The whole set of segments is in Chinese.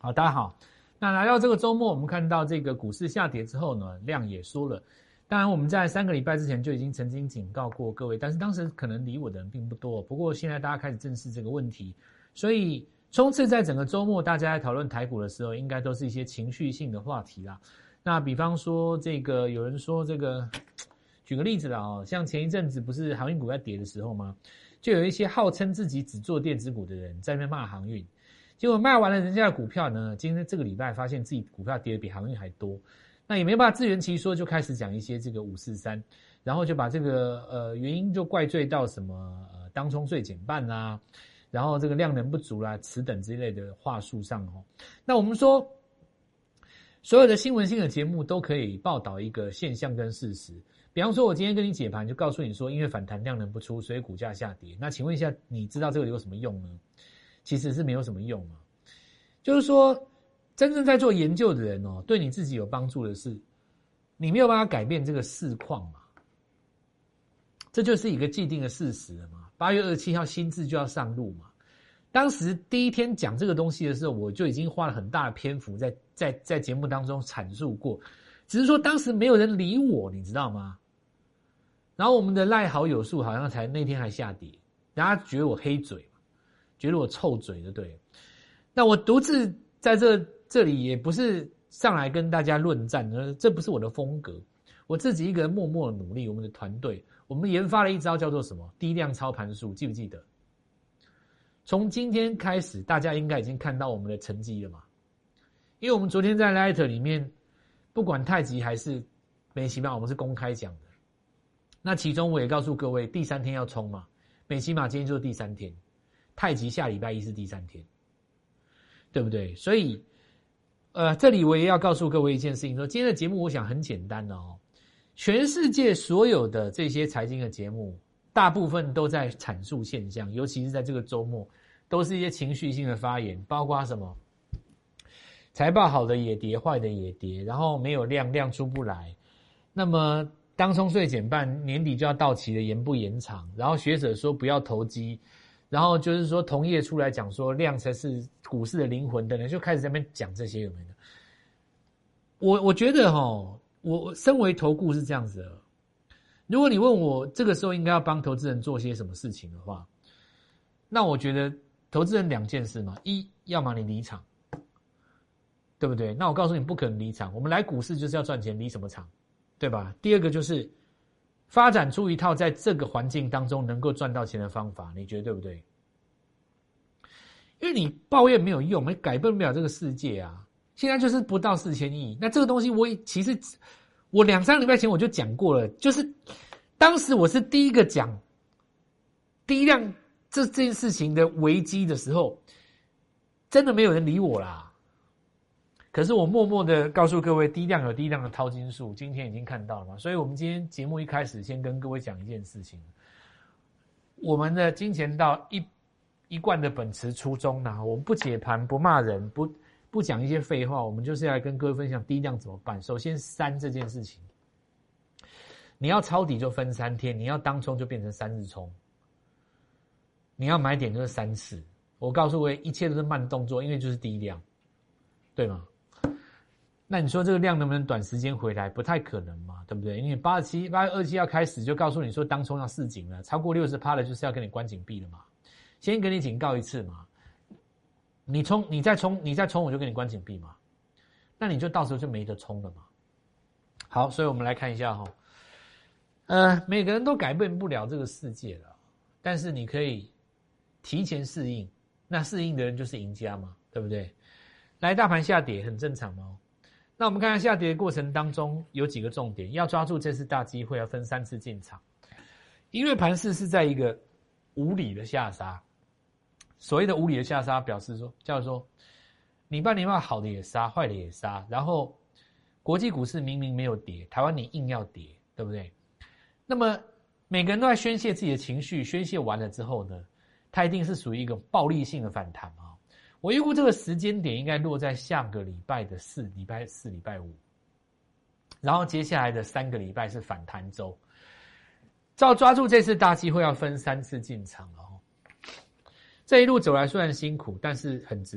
好，大家好。那来到这个周末，我们看到这个股市下跌之后呢，量也缩了。当然，我们在3个礼拜之前就已经曾经警告过各位，但是当时可能理我的人并不多。不过现在大家开始正视这个问题，所以冲刺在整个周末，大家在讨论台股的时候，应该都是一些情绪性的话题啦。那比方说，这个有人说这个，举个例子啦哦，像前一阵子不是航运股在跌的时候吗？就有一些号称自己只做电子股的人在那边骂航运，结果卖完了人家的股票呢，今天这个礼拜发现自己股票跌得比航运还多，那也没办法自圆其说，就开始讲一些这个543，然后就把这个原因就怪罪到什么当冲税减半啦，然后这个量能不足啦，此等之类的话术上哦。那我们说，所有的新闻性的节目都可以报道一个现象跟事实。比方说，我今天跟你解盘，就告诉你说，因为反弹量能不出，所以股价下跌。那请问一下，你知道这个有什么用呢？其实是没有什么用啊。就是说，真正在做研究的人哦，对你自己有帮助的是，你没有办法改变这个市况嘛，这就是一个既定的事实了嘛。8月27号新制就要上路嘛。当时第一天讲这个东西的时候，我就已经花了很大的篇幅在节目当中阐述过，只是说当时没有人理我，你知道吗？然后我们的赖好友数好像才那天还下跌，大家觉得我黑嘴，觉得我臭嘴就对了。那我独自在这里也不是上来跟大家论战，这不是我的风格。我自己一个人默默的努力，我们的团队，我们研发了一招叫做什么？低量操盘术，记不记得？从今天开始，大家应该已经看到我们的成绩了嘛？因为我们昨天在 Light 里面，不管太极还是美骑马，我们是公开讲的。那其中我也告诉各位，第3天要冲嘛，美骑马今天就是第3天，太极下礼拜一是第3天，对不对？所以，这里我也要告诉各位一件事情，说今天的节目我想很简单的哦，全世界所有的这些财经的节目，大部分都在阐述现象，尤其是在这个周末，都是一些情绪性的发言，包括什么财报好的也跌，坏的也跌，然后没有量出不来，那么当冲税减半，年底就要到期了，延不延长？然后学者说不要投机，然后就是说同业出来讲说量才是股市的灵魂等等，就开始在那边讲这些有没有？我觉得我身为投顾是这样子的，如果你问我这个时候应该要帮投资人做些什么事情的话，那我觉得投资人2件事嘛，一，要么你离场，对不对？那我告诉你不可能离场，我们来股市就是要赚钱，离什么场？对吧？第二个就是发展出一套在这个环境当中能够赚到钱的方法，你觉得对不对？因为你抱怨没有用，你改变不了这个世界啊。现在就是不到4000亿，那这个东西其实我2-3个礼拜前我就讲过了，就是当时我是第一个讲低量这件事情的危机的时候，真的没有人理我啦。可是我默默的告诉各位，低量有低量的淘金术，今天已经看到了嘛。所以我们今天节目一开始先跟各位讲一件事情，我们的金钱道一贯的本持初衷啦，我们不解盘，不骂人，不讲一些废话，我们就是要来跟各位分享低量怎么办。首先3这件事情，你要抄底就分3天，你要当冲就变成3日冲，你要买点就是3次。我告诉各位，一切都是慢动作，因为就是低量，对吗？那你说这个量能不能短时间回来？不太可能嘛，对不对？因为8月27要开始就告诉你说当冲要示警了，超过 60% 的就是要跟你关紧闭了嘛。先跟你警告一次嘛，你再冲我就跟你关紧闭嘛，那你就到时候就没得冲了嘛。好，所以我们来看一下每个人都改变不了这个世界了，但是你可以提前适应，那适应的人就是赢家嘛，对不对？来，大盘下跌很正常嘛。那我们看看下跌的过程当中有几个重点，要抓住这次大机会，要分3次进场。因为盘势是在一个无理的下杀，所谓的无理的下杀表示说，叫做你半年报好的也杀，坏的也杀，然后国际股市明明没有跌，台湾你硬要跌，对不对？那么每个人都在宣泄自己的情绪，宣泄完了之后呢，它一定是属于一个暴力性的反弹嘛。我预估这个时间点应该落在下个礼拜的礼拜4、礼拜5，然后接下来的3个礼拜是反弹周。抓住这次大机会，要分3次进场哦。这一路走来虽然辛苦，但是很值得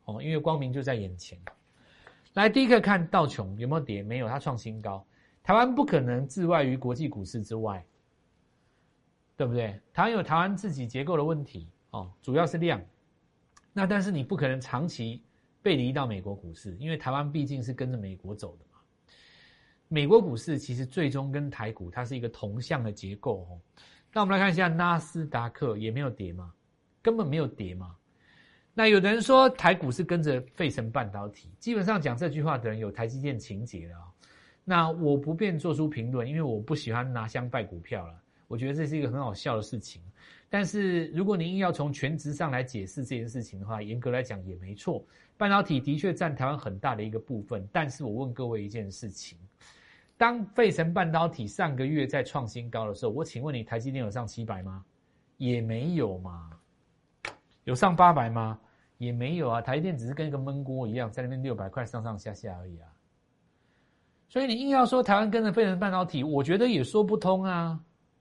因为光明就在眼前。来，第一个看道琼有没有跌，没有，它创新高。台湾不可能置外于国际股市之外，对不对？台湾有台湾自己结构的问题主要是量。那但是你不可能长期背离到美国股市，因为台湾毕竟是跟着美国走的嘛。美国股市其实最终跟台股它是一个同向的结构那我们来看一下纳斯达克也没有跌嘛，根本没有跌嘛。那有的人说台股是跟着费城半导体，基本上讲这句话的人有台积电情节了那我不便做出评论，因为我不喜欢拿香拜股票了，我觉得这是一个很好笑的事情。但是如果你硬要从全值上来解释这件事情的话，严格来讲也没错，半导体的确占台湾很大的一个部分。但是我问各位一件事情，当费城半导体上个月在创新高的时候，我请问你台积电有上700吗？也没有嘛。有上800吗？也没有啊，台积电只是跟一个焖锅一样，在那边600块上上下下而已啊。所以你硬要说台湾跟着费城半导体，我觉得也说不通啊。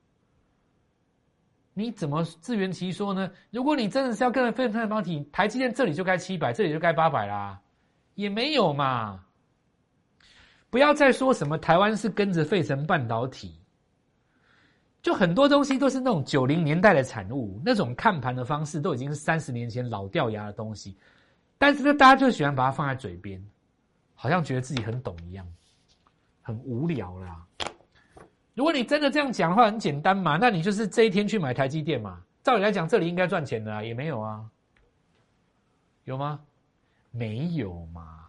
你怎么自圆其说呢？如果你真的是要跟着费城半导体，台积电这里就该700，这里就该800啦，也没有嘛。不要再说什么台湾是跟着费城半导体，就很多东西都是那种90年代的产物，那种看盘的方式都已经是30年前老掉牙的东西，但是呢，大家就喜欢把它放在嘴边，好像觉得自己很懂一样，很无聊啦。如果你真的这样讲的话，很简单嘛，那你就是这一天去买台积电嘛。照理来讲，这里应该赚钱的啊，也没有啊，有吗？没有嘛。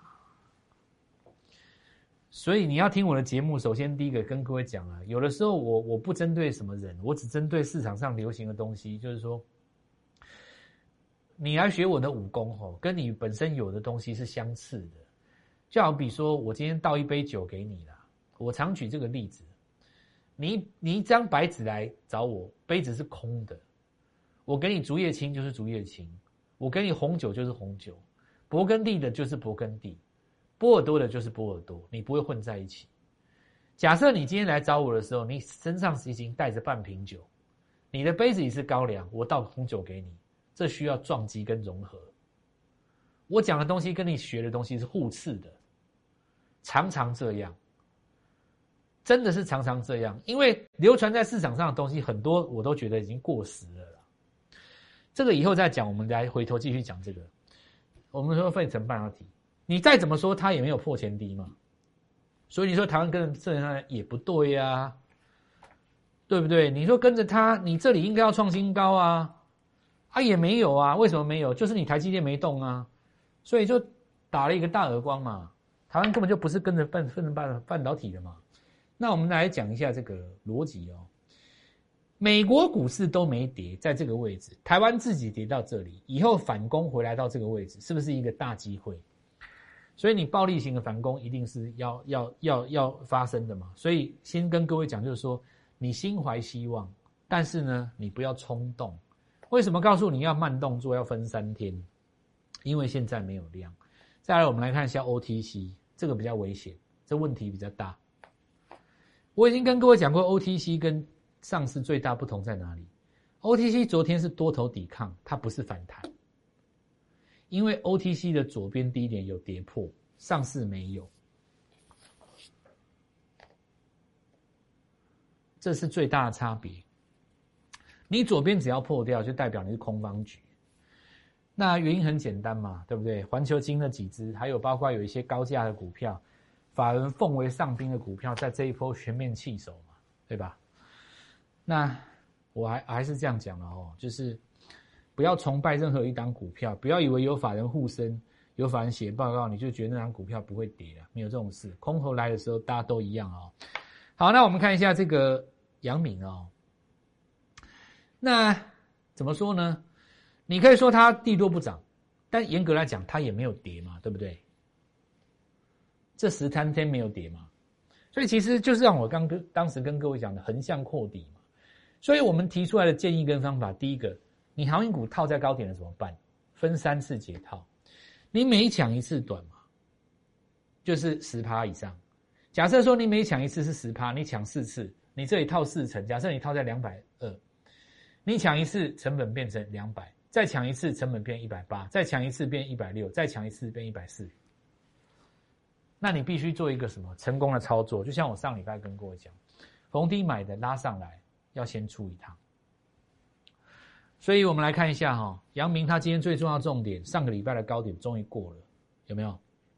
所以你要听我的节目，首先第一个跟各位讲有的时候我不针对什么人，我只针对市场上流行的东西，就是说，你来学我的武功跟你本身有的东西是相似的。就好比说我今天倒一杯酒给你啦，我常举这个例子，你一张白纸来找我，杯子是空的，我给你竹叶青就是竹叶青，我给你红酒就是红酒，勃艮第的就是勃艮第，波尔多的就是波尔多，你不会混在一起。假设你今天来找我的时候，你身上已经带着半瓶酒，你的杯子里是高粱，我倒红酒给你，这需要撞击跟融合。我讲的东西跟你学的东西是互斥的，常常这样，真的是常常这样。因为流传在市场上的东西很多，我都觉得已经过时了啦。这个以后再讲，我们来回头继续讲这个。我们说费城半导体，你再怎么说它也没有破前低嘛，所以你说台湾跟着它也不对啊，对不对？你说跟着它，你这里应该要创新高啊，也没有啊，为什么没有？就是你台积电没动啊，所以就打了一个大耳光嘛。台湾根本就不是跟着费城半导体的嘛。那我们来讲一下这个逻辑美国股市都没跌，在这个位置，台湾自己跌到这里，以后反攻回来到这个位置，是不是一个大机会？所以你暴力型的反攻一定是要发生的嘛。所以先跟各位讲，就是说你心怀希望，但是呢，你不要冲动。为什么告诉你要慢动作，要分3天？因为现在没有量。再来，我们来看一下 OTC， 这个比较危险，这问题比较大。我已经跟各位讲过 OTC 跟上市最大不同在哪里。OTC 昨天是多头抵抗，它不是反弹，因为 OTC 的左边低点有跌破，上市没有，这是最大的差别。你左边只要破掉，就代表你是空方局。那原因很简单嘛，对不对？环球金的几只，还有包括有一些高价的股票，法人奉为上宾的股票，在这一波全面弃守嘛，对吧？那我还是这样讲了就是不要崇拜任何一档股票，不要以为有法人护身，有法人写报告，你就觉得那档股票不会跌了，没有这种事。空头来的时候，大家都一样好，那我们看一下这个阳明那怎么说呢？你可以说它地多不涨，但严格来讲，它也没有跌嘛，对不对？这13天没有跌嘛，所以其实就是让我当时跟各位讲的横向扩底嘛。所以我们提出来的建议跟方法，第一个，你航运股套在高点了怎么办？分3次解套，你每抢一次短嘛，就是 10% 以上。假设说你每抢一次是 10%， 你抢4次，你这里套4成，假设你套在220，你抢一次成本变成200， 再抢一次成本变180，再抢一次变160，再抢一次变140。那你必须做一个什么成功的操作？就像我上礼拜跟各位讲，逢低买的拉上来要先出一趟。所以我们来看一下哈，阳明它今天最重要的重点，上个礼拜的高点终于过了，有没有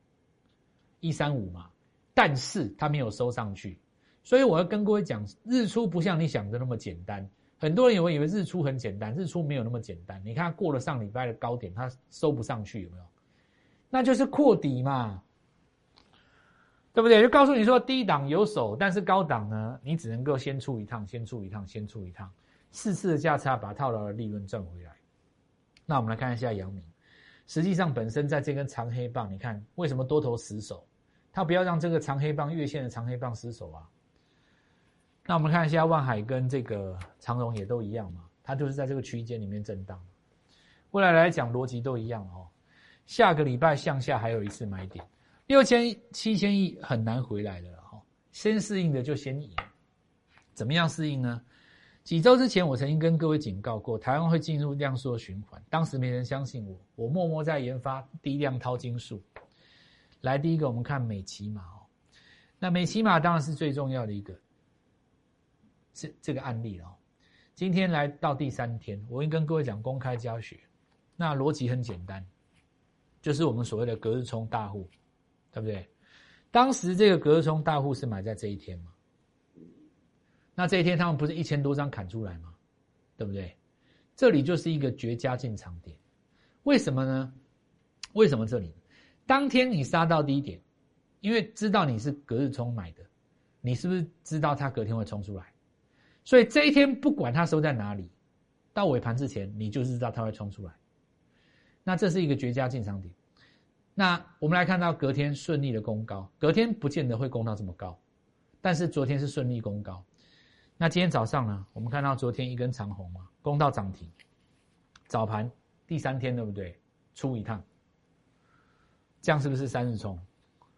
？135嘛，但是它没有收上去，所以我要跟各位讲，日出不像你想的那么简单。很多人以为日出很简单，日出没有那么简单。你看过了上礼拜的高点，它收不上去，有没有？那就是扩底嘛，对不对？就告诉你说低档有手，但是高档呢，你只能够先出一趟，先出一趟，先出一趟，4次的价差把套牢的利润赚回来。那我们来看一下阳明，实际上本身在这根长黑棒，你看为什么多头死守？它不要让这个长黑棒月线的长黑棒失守啊。那我们看一下万海跟这个长荣也都一样嘛，它就是在这个区间里面震荡。未来来讲逻辑都一样哦。下个礼拜向下还有一次买点，6000、7000亿很难回来的了哈。先适应的就先赢，怎么样适应呢？几周之前我曾经跟各位警告过，台湾会进入量缩循环，当时没人相信我，我默默在研发低量淘金术。来，第一个我们看美骑马哦，那美骑马当然是最重要的一个。是这个案例了哦。今天来到第3天，我会跟各位讲公开教学。那逻辑很简单，就是我们所谓的隔日冲大户，对不对？当时这个隔日冲大户是买在这一天嘛？那这一天他们不是1000多张砍出来吗？对不对？这里就是一个绝佳进场点。为什么呢？为什么这里？当天你杀到低点，因为知道你是隔日冲买的，你是不是知道它隔天会冲出来？所以这一天不管它收在哪里，到尾盘之前你就知道它会冲出来。那这是一个绝佳进场点。那我们来看到隔天顺利的攻高，隔天不见得会攻到这么高，但是昨天是顺利攻高。那今天早上呢，我们看到昨天一根长红嘛，攻到涨停，早盘第3天对不对？出一趟，这样是不是3日冲？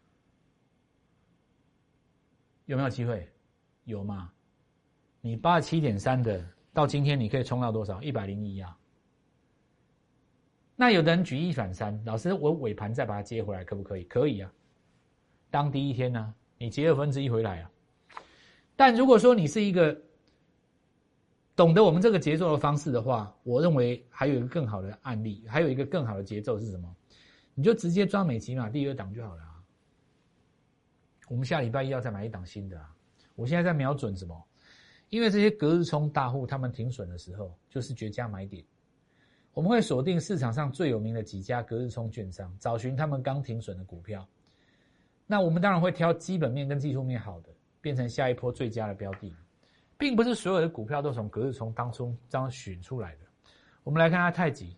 有没有机会？有嘛？你87.3的到今天你可以冲到多少？101啊。那有的人举一反三，老师我尾盘再把它接回来可不可以？可以啊。当第一天呢，你接1/2回来啊。但如果说你是一个懂得我们这个节奏的方式的话，我认为还有一个更好的案例，还有一个更好的节奏是什么？你就直接抓美骑马第2档就好了啊。我们下礼拜一要再买一档新的啊。我现在在瞄准什么？因为这些隔日冲大户他们停损的时候就是绝佳买点，我们会锁定市场上最有名的几家隔日冲券商，找寻他们刚停损的股票。那我们当然会挑基本面跟技术面好的，变成下一波最佳的标的，并不是所有的股票都从隔日冲当中这样选出来的。我们来看它太极，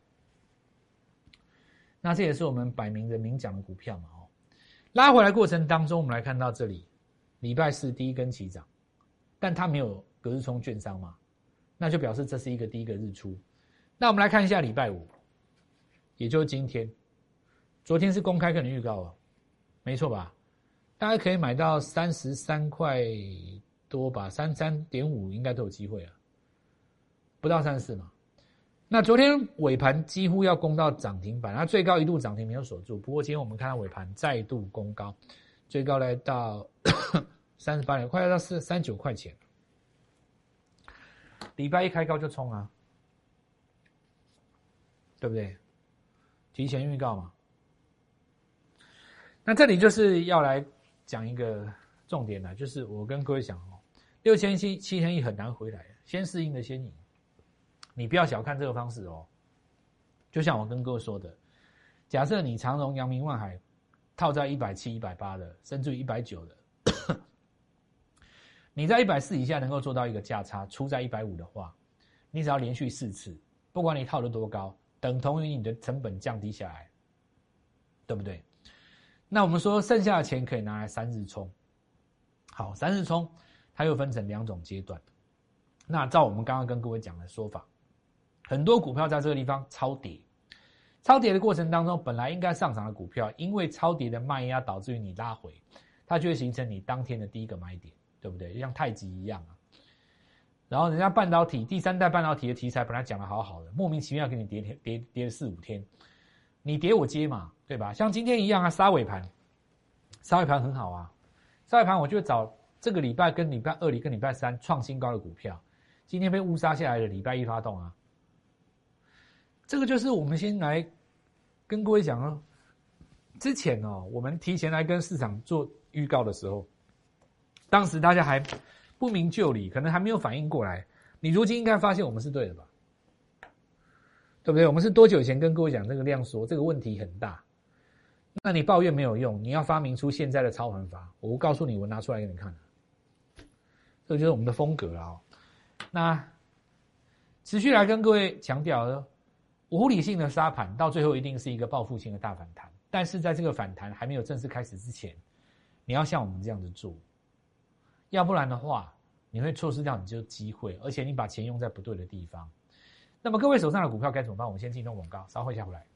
那这也是我们摆明的明讲的股票嘛哦。拉回来过程当中，我们来看到这里，礼拜4第一根起涨，但它没有隔日冲券商嘛，那就表示这是一个第一个日出。那我们来看一下礼拜5，也就是今天，昨天是公开课的预告啊，没错吧？大概可以买到33块多吧，33.5应该都有机会啊，不到34嘛。那昨天尾盘几乎要攻到涨停板，它最高一度涨停没有锁住，不过今天我们看到尾盘再度攻高，最高来到38点，快要到39块钱。礼拜一开高就冲啊，对不对？提前预告嘛。那这里就是要来讲一个重点了，就是我跟各位讲哦，6000、7000亿很难回来，先适应的先赢。你不要小看这个方式哦。就像我跟各位说的，假设你长荣、阳明、万海套在170、180的，甚至于190的，你在140以下能够做到一个价差，出在150的话，你只要连续4次，不管你套得多高，等同于你的成本降低下来，对不对？那我们说剩下的钱可以拿来3日冲。好，3日冲它又分成2种阶段。那照我们刚刚跟各位讲的说法，很多股票在这个地方超跌，超跌的过程当中，本来应该上涨的股票，因为超跌的卖压导致于你拉回，它就会形成你当天的第一个买点，对不对？就像太极一样啊。 然后人家半导体第三代半导体的题材本来讲的好好的，莫名其妙给你跌了4-5天，你跌我接嘛，对吧？像今天一样啊，杀尾盘很好啊，杀尾盘我就找这个礼拜跟礼拜2跟礼拜3创新高的股票，今天被误杀下来的礼拜1发动啊，这个就是我们先来跟各位讲哦，之前哦，我们提前来跟市场做预告的时候，当时大家还不明就里，可能还没有反应过来，你如今应该发现我们是对的吧？对不对？我们是多久以前跟各位讲这个量缩，这个问题很大，那你抱怨没有用，你要发明出现在的操盘法，我告诉你，我拿出来给你看，这就是我们的风格啦哦。那持续来跟各位强调，无理性的杀盘到最后一定是一个报复性的大反弹，但是在这个反弹还没有正式开始之前，你要像我们这样子做，要不然的话你会错失掉你这个机会，而且你把钱用在不对的地方。那么各位手上的股票该怎么办？我们先进入广告，稍后一下回来。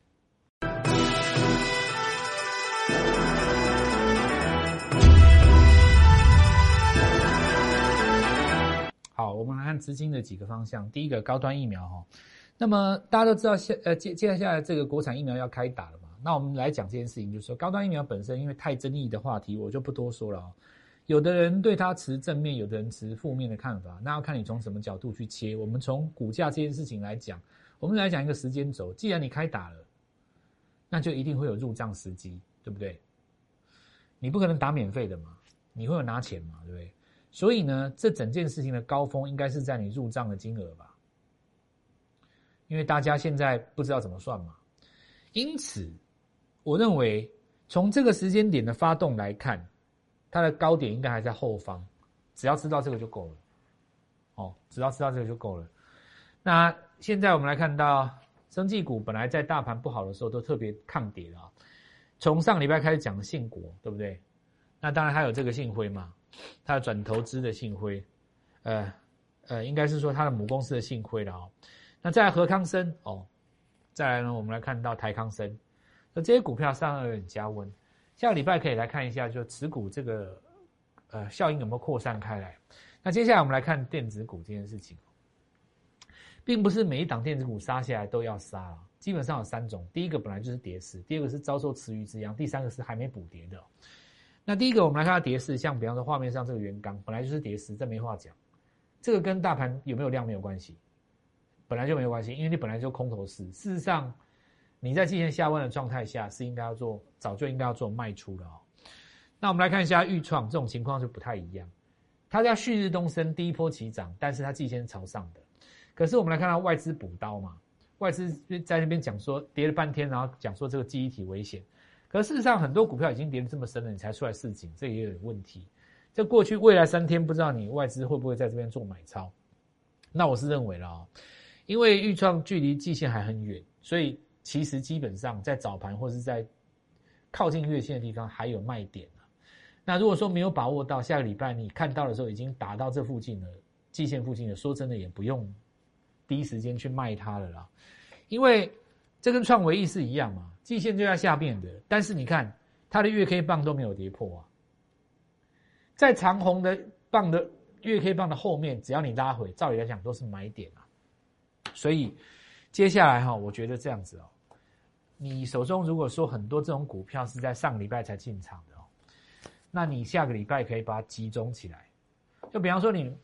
好，我们来看资金的几个方向。第一个，高端疫苗哈。那么大家都知道接下来这个国产疫苗要开打了嘛？那我们来讲这件事情，就是说高端疫苗本身因为太争议的话题，我就不多说了哦。有的人对它持正面，有的人持负面的看法，那要看你从什么角度去切。我们从股价这件事情来讲，我们来讲一个时间轴。既然你开打了，那就一定会有入账时机，对不对？你不可能打免费的嘛，你会有拿钱嘛，对不对？所以呢，这整件事情的高峰应该是在你入账的金额吧，因为大家现在不知道怎么算嘛。因此，我认为从这个时间点的发动来看，它的高点应该还在后方，只要知道这个就够了。哦，只要知道这个就够了。那现在我们来看到，生技股本来在大盘不好的时候都特别抗跌的啊。从上礼拜开始讲的信国，对不对？那当然还有这个信辉嘛，它的转投资的信辉，应该是说它的母公司的信辉了哦。那再来和康生哦，再来呢，我们来看到台康生，那这些股票上有点加温。下个礼拜可以来看一下，就持股这个效应有没有扩散开来。那接下来我们来看电子股这件事情，并不是每一档电子股杀下来都要杀啊，基本上有3种，第一个本来就是跌势，第二个是遭受池鱼之殃，第三个是还没补跌的。那第一个我们来看到跌势，像比方说画面上这个元刚本来就是跌势，这没话讲，这个跟大盘有没有量没有关系，本来就没有关系，因为你本来就空头市，事实上你在季线下弯的状态下是应该要做，早就应该要做卖出了哦。那我们来看一下裕创，这种情况就不太一样，它叫旭日东升，第一波起涨，但是它季线是朝上的。可是我们来看到外资补刀嘛，外资在那边讲说跌了半天，然后讲说这个记忆体危险。可是事实上很多股票已经跌得这么深了，你才出来示警，这也有问题。这过去未来3天不知道你外资会不会在这边做买超。那我是认为啦哦，因为裕创距离季线还很远，所以其实基本上在早盘或是在靠近月线的地方还有卖点啊。那如果说没有把握到，下个礼拜你看到的时候已经打到这附近了，季线附近了，说真的也不用第一时间去卖它了啦，因为这跟创惟意是一样嘛，季线就在下面的，但是你看它的月 K 棒都没有跌破啊，在长红的棒的月 K 棒的后面，只要你拉回，照理来讲都是买点啊。所以接下来我觉得这样子你手中如果说很多这种股票是在上礼拜才进场的那你下个礼拜可以把它集中起来，就比方说你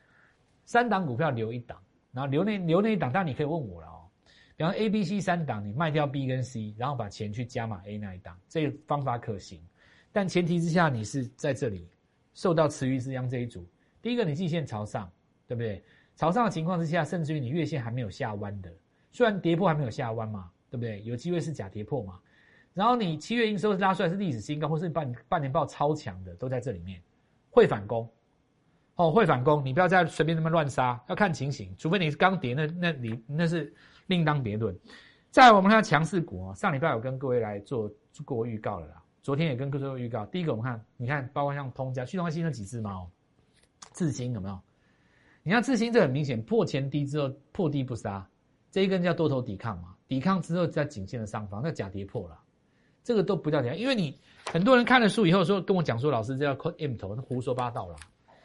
3档股票留1档，然后留那一档，当然你可以问我了比方 A、B、C 3档，你卖掉 B 跟 C， 然后把钱去加码 A 那一档，这个方法可行，但前提之下你是在这里受到池鱼之殃这一组。第一个，你季线朝上，对不对？朝上的情况之下，甚至于你月线还没有下弯的，虽然跌破还没有下弯嘛，对不对？有机会是假跌破嘛。然后你7月营收拉出来是历史新高，或是半年报超强的，都在这里面，会反攻。会反攻，你不要再随便那么乱杀，要看情形，除非你是刚跌，那是另当别论。再来我们看强势股上礼拜有跟各位来做过预告了啦，昨天也跟各位做预告。第一个我们看，你看包括像通家、驱动 IC 那几只嘛智新有没有？你看智新这很明显破前低之后破低不杀，这一根叫多头抵抗嘛，抵抗之后在颈线的上方，那假跌破了，这个都不叫跌，因为你很多人看了书以后说跟我讲说，老师这叫 M 头，那胡说八道啦。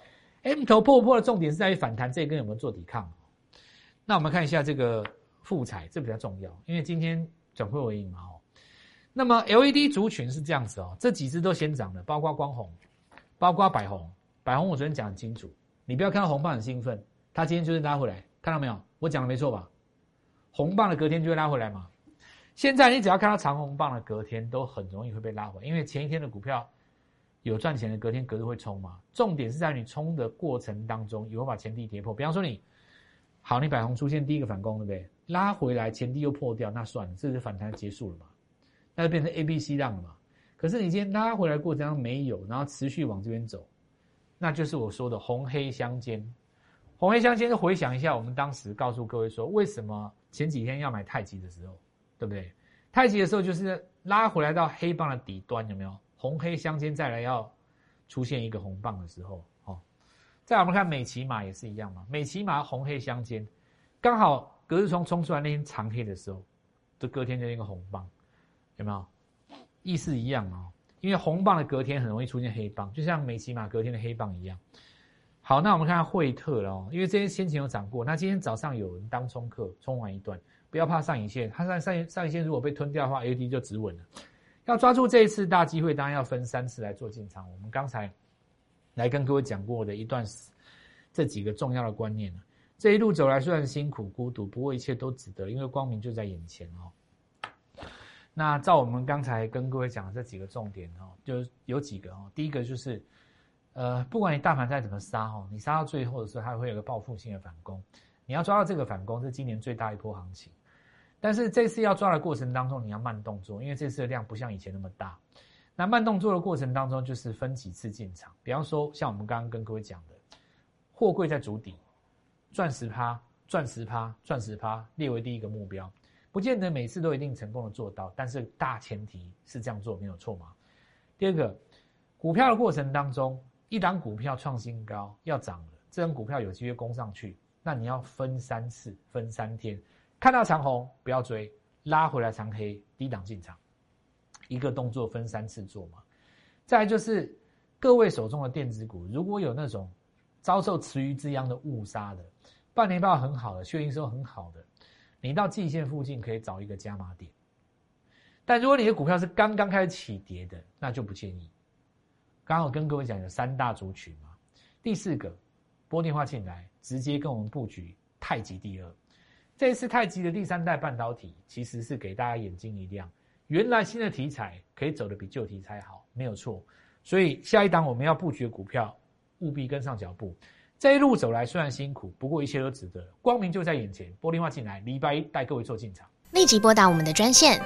M 头破不破的重点是在于反弹这一根有没有做抵抗。那我们看一下这个富彩，这比较重要，因为今天转亏为盈嘛。那么 LED 族群是这样子这几只都先涨的，包括光弘，包括百宏。百宏我昨天讲很清楚，你不要看到红棒很兴奋，它今天就是拉回来，看到没有？我讲的没错吧？红棒的隔天就会拉回来嘛。现在你只要看到长红棒的隔天都很容易会被拉回来，因为前一天的股票有赚钱的隔天隔日会冲嘛。重点是在你冲的过程当中有没有把前低跌破。比方说你百宏出现第一个反攻，对不对？拉回来前低又破掉，那算了，这是反弹结束了嘛，那就变成 ABC 浪了嘛。可是你今天拉回来过程当中没有，然后持续往这边走，那就是我说的红黑相间。红黑相间就回想一下我们当时告诉各位说，为什么前几天要买太极的时候，对不对？太极的时候就是拉回来到黑棒的底端，有没有？红黑相间再来要出现一个红棒的时候，再来我们看美骑马也是一样嘛，美骑马红黑相间，刚好隔日冲出来那天长黑的时候，这隔天就一个红棒，有没有？意思一样因为红棒的隔天很容易出现黑棒，就像美骑马隔天的黑棒一样。好，那我们看看惠特了因为这些先前有涨过，那今天早上有人当冲客，冲完一段，不要怕上影线，它上影线如果被吞掉的话 ，LED 就止稳了。要抓住这一次大机会，当然要分3次来做进场。我们刚才来跟各位讲过的一段这几个重要的观念了。这一路走来虽然辛苦孤独，不过一切都值得，因为光明就在眼前那照我们刚才跟各位讲的这几个重点就有几个第一个就是不管你大盘再怎么杀你杀到最后的时候，它会有个报复性的反攻。你要抓到这个反攻是今年最大一波行情，但是这次要抓的过程当中，你要慢动作，因为这次的量不像以前那么大。那慢动作的过程当中，就是分几次进场。比方说，像我们刚刚跟各位讲的，货柜在筑底，赚10%，赚10%，赚10%，列为第一个目标。不见得每次都一定成功的做到，但是大前提是这样做没有错嘛。第二个，股票的过程当中，一档股票创新高要涨了，这档股票有机会攻上去，那你要分3次，分3天，看到长红不要追，拉回来长黑低档进场，一个动作分3次做嘛。再来就是各位手中的电子股，如果有那种遭受池鱼之殃的误杀的，半年报很好的，确营收很好的，你到季线附近可以找一个加码点。但如果你的股票是刚刚开始起跌的，那就不建议。刚好跟各位讲有3大族群嘛。第4个，拨电话进来，直接跟我们布局太极第2。这一次太极的第3代半导体，其实是给大家眼睛一亮，原来新的题材可以走得比旧题材好，没有错。所以下一档我们要布局的股票，务必跟上脚步。这一路走来虽然辛苦，不过一切都值得，光明就在眼前。拨电话进来，礼拜1带各位做进场。 立即拨打我们的专线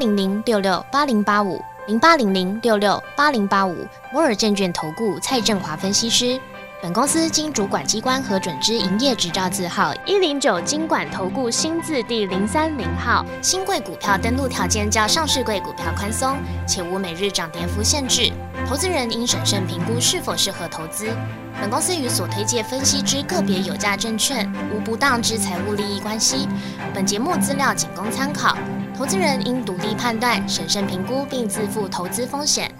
0800668085 0800668085摩尔证券投顾蔡正华分析师。本公司经主管机关核准之营业执照字号109金管投顾新字第030号。新贵股票登录条件较上市贵股票宽松，且无每日涨跌幅限制。投资人应审慎评估是否适合投资。本公司与所推介分析之个别有价证券无不当之财务利益关系。本节目资料仅供参考，投资人应独立判断、审慎评估并自负投资风险。